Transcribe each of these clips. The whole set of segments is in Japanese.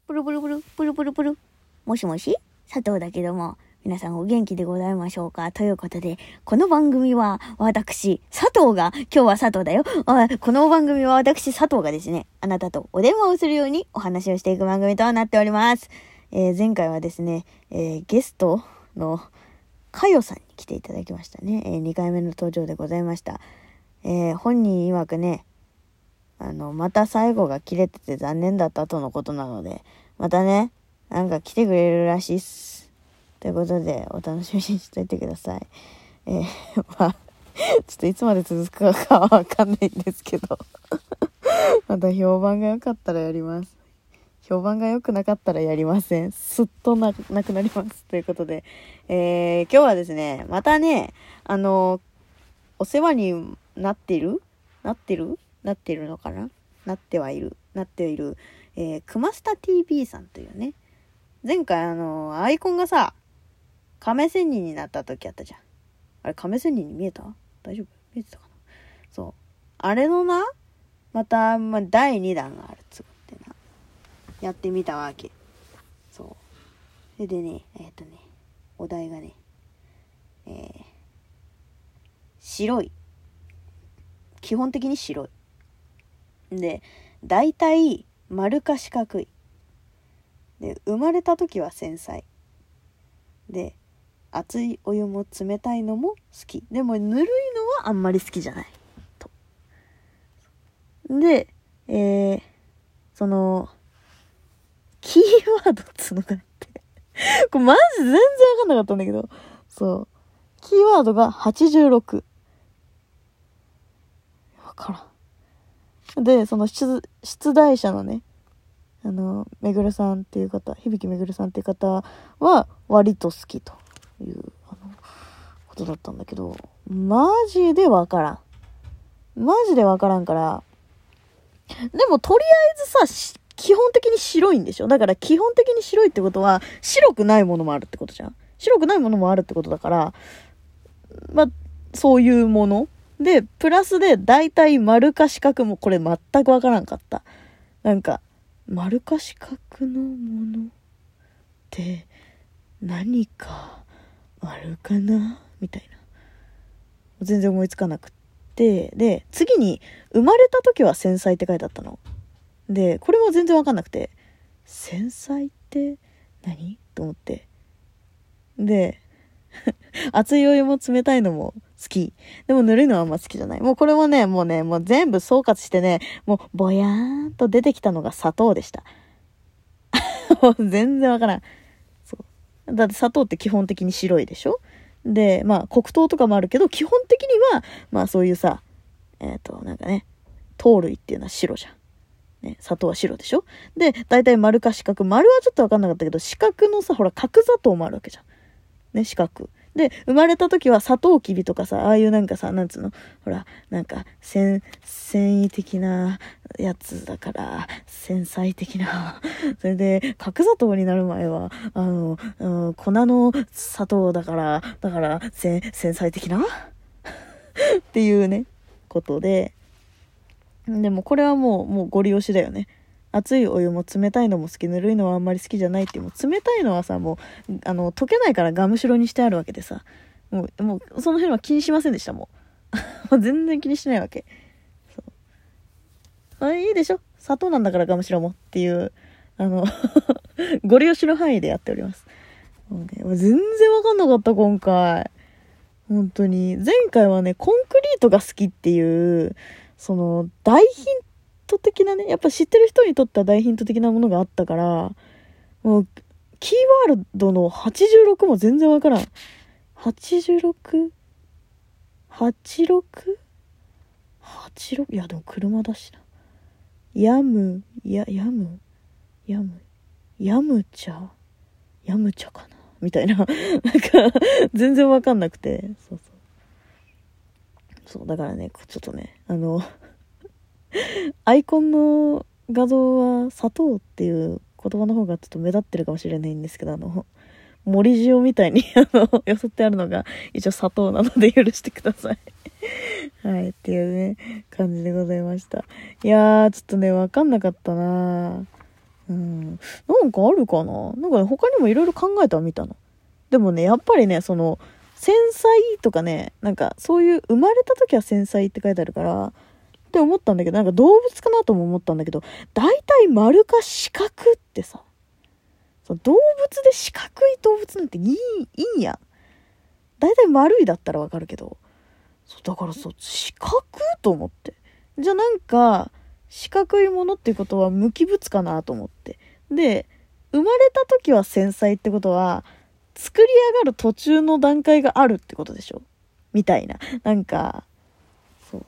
プルプルプル、プルプルプル。もしもし佐藤だけども、皆さんお元気でございましょうかということで、この番組は私、佐藤が、今日は佐藤だよ。この番組は私、佐藤がですね、あなたとお電話をするようにお話をしていく番組となっております。前回はですね、ゲストのかよさんに来ていただきましたね。2回目の登場でございました。本人曰くね、また最後が切れてて残念だったとのことなので、またね、なんか来てくれるらしいっす。ということで、お楽しみにしておいてください。まあ、ちょっといつまで続くかわかんないんですけど、また評判が良かったらやります。評判が良くなかったらやりません。すっとなくなります。ということで、今日はですね、またね、お世話になっているのかななってはいる、クマスタ TV さんというね、前回アイコンがさ、亀仙人になった時あったじゃん。あれ、亀仙人に見えた？大丈夫？見えてたかな？そう。あれのな、また、第2弾があるっつってな、やってみたわけ。そう。それでね、お題がね、白い。基本的に白い。で、大体丸か四角い。で、生まれた時は繊細。で、熱いお湯も冷たいのも好き。でも、ぬるいのはあんまり好きじゃない。と。で、その、キーワードっつうのがあって。これマジ全然わかんなかったんだけど。そう。キーワードが86。わからん。で、その出題者のね、めぐるさんっていう方、響めぐるさんっていう方は割と好きということだったんだけど、マジでわからんから、でもとりあえずさ、基本的に白いんでしょ。だから基本的に白いってことは白くないものもあるってことじゃん。白くないものもあるってことだから、まあそういうものでプラスで大体丸か四角もこれ全くわからんかった。なんか丸か四角のものって何かあるかなみたいな。全然思いつかなくって、で次に生まれた時は繊細って書いてあったので、これも全然わかんなくて、繊細って何と思って、で熱いお湯も冷たいのも好き。でもぬるいのはあんま好きじゃない。もうこれもね、もう全部総括してね、もうぼやーんと出てきたのが砂糖でした。もう全然わからん。そう。だって砂糖って基本的に白いでしょ。で、まあ黒糖とかもあるけど、基本的には、まあそういうさ、なんかね、糖類っていうのは白じゃん。ね、砂糖は白でしょ。で、だいたい丸か四角。丸はちょっとわかんなかったけど、四角のさ、ほら、角砂糖もあるわけじゃん。ね、四角。で、生まれた時はサトウキビとかさ、ああいうなんかさ、なんつうの、ほら、なんか、繊維的なやつだから、繊細的な。それで、角砂糖になる前は、粉の砂糖だから、繊細的なっていうね、ことで、でもこれはもうご利用しだよね。熱いお湯も冷たいのも好き、ぬるいのはあんまり好きじゃないっていう、もう冷たいのはさ、もう溶けないからガムシロにしてあるわけでさ、もうその辺は気にしませんでした。もう全然気にしないわけ。そういいでしょ、砂糖なんだからガムシロもっていうご利用しの範囲でやっております。もうね、全然わかんなかった今回。本当に前回はね、コンクリートが好きっていうその大ヒント的なね、やっぱ知ってる人にとっては大ヒント的なものがあったから、もうキーワードの86も全然わからん。86？ 86？ 86？ いやでも車だしな。ヤムチャかなみたいななんか全然わかんなくて、そうだからね、ちょっとね、アイコンの画像は砂糖っていう言葉の方がちょっと目立ってるかもしれないんですけど、森塩みたいによそってあるのが一応砂糖なので許してくださいはいっていうね感じでございました。いやーちょっとねわかんなかったな。 なんかあるかな。なんかね、他にもいろいろ考えたら見たの。でもね、やっぱりね、その、繊細とかね、なんかそういう生まれた時は繊細って書いてあるから、って思ったんだけど、なんか動物かなとも思ったんだけど、大体丸か四角ってさ、動物で四角い動物なんていいんや。大体丸いだったらわかるけど、だから四角と思って。じゃあなんか、四角いものっていうことは無機物かなと思って。で、生まれた時は繊細ってことは、作り上がる途中の段階があるってことでしょみたいな。なんか、そう。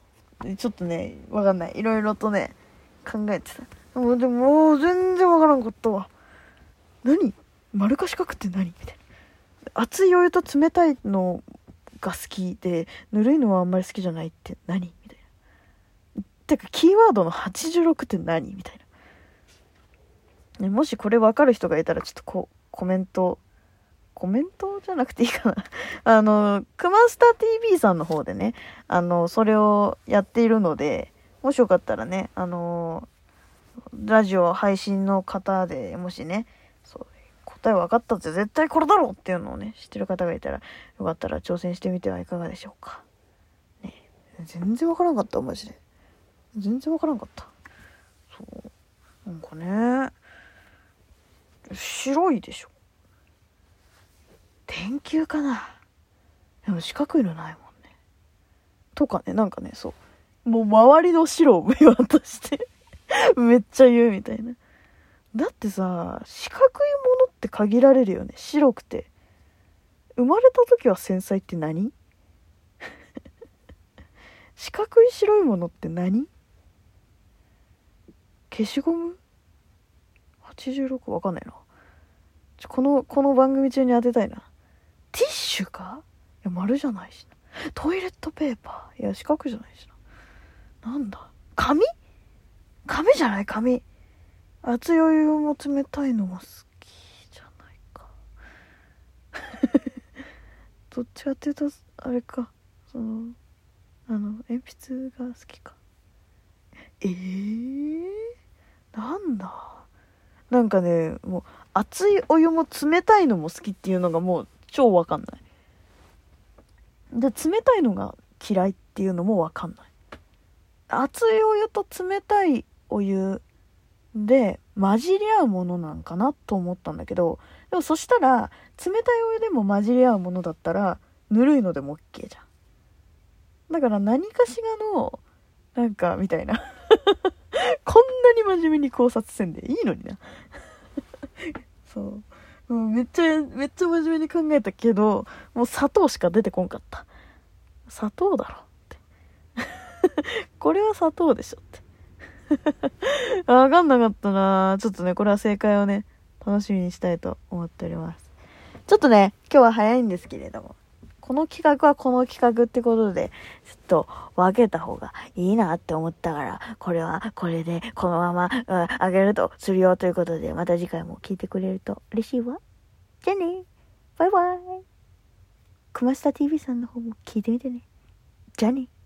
ちょっとね、わかんない。いろいろとね、考えてた。でも全然わからんかったわ。何丸か四角って何みたいな。熱いお湯と冷たいのが好きで、ぬるいのはあんまり好きじゃないって何みたいな。てか、キーワードの86って何みたいな。もしこれわかる人がいたら、ちょっとコメントじゃなくていいかな。クマスタ TV さんの方でね、それをやっているので、もしよかったらね、ラジオ配信の方でもしね、そう答え分かったって絶対これだろうっていうのをね知ってる方がいたら、よかったら挑戦してみてはいかがでしょうかね。全然分からんかった、マジで全然分からんかった。そうなんかね、白いでしょ、電球かな。でも四角いのないもんね。とかね、なんかね、そうもう周りの白を見渡してめっちゃ言うみたいな。だってさ、四角いものって限られるよね。白くて。生まれた時は繊細って何四角い白いものって何？消しゴム ?86 わかんないな。この番組中に当てたいな。ティッシュか？いや、丸じゃないしな。トイレットペーパー。いや、四角じゃないしな。なんだ？紙じゃない？紙。熱いお湯も冷たいのも好きじゃないか。どっちかっていうとあれか、鉛筆が好きか。なんだ。なんかね、もう熱いお湯も冷たいのも好きっていうのがもう超わかんない。で、冷たいのが嫌いっていうのもわかんない。熱いお湯と冷たいお湯で混じり合うものなんかなと思ったんだけど、でもそしたら冷たいお湯でも混じり合うものだったらぬるいのでも OK じゃん。だから何かしらのなんかみたいなこんなに真面目に考察せんでいいのになそう、めっちゃ真面目に考えたけど、もう砂糖しか出てこんかった。砂糖だろってこれは砂糖でしょってわかんなかったな。ちょっとね、これは正解をね、楽しみにしたいと思っております。ちょっとね、今日は早いんですけれども、この企画はこの企画ってことで、ちょっと分けた方がいいなって思ったから、これはこれでこのまま、あげるとするよということで、また次回も聞いてくれると嬉しいわ。じゃあね、バイバイ。くました TV さんの方も聞いてみてね。じゃあね。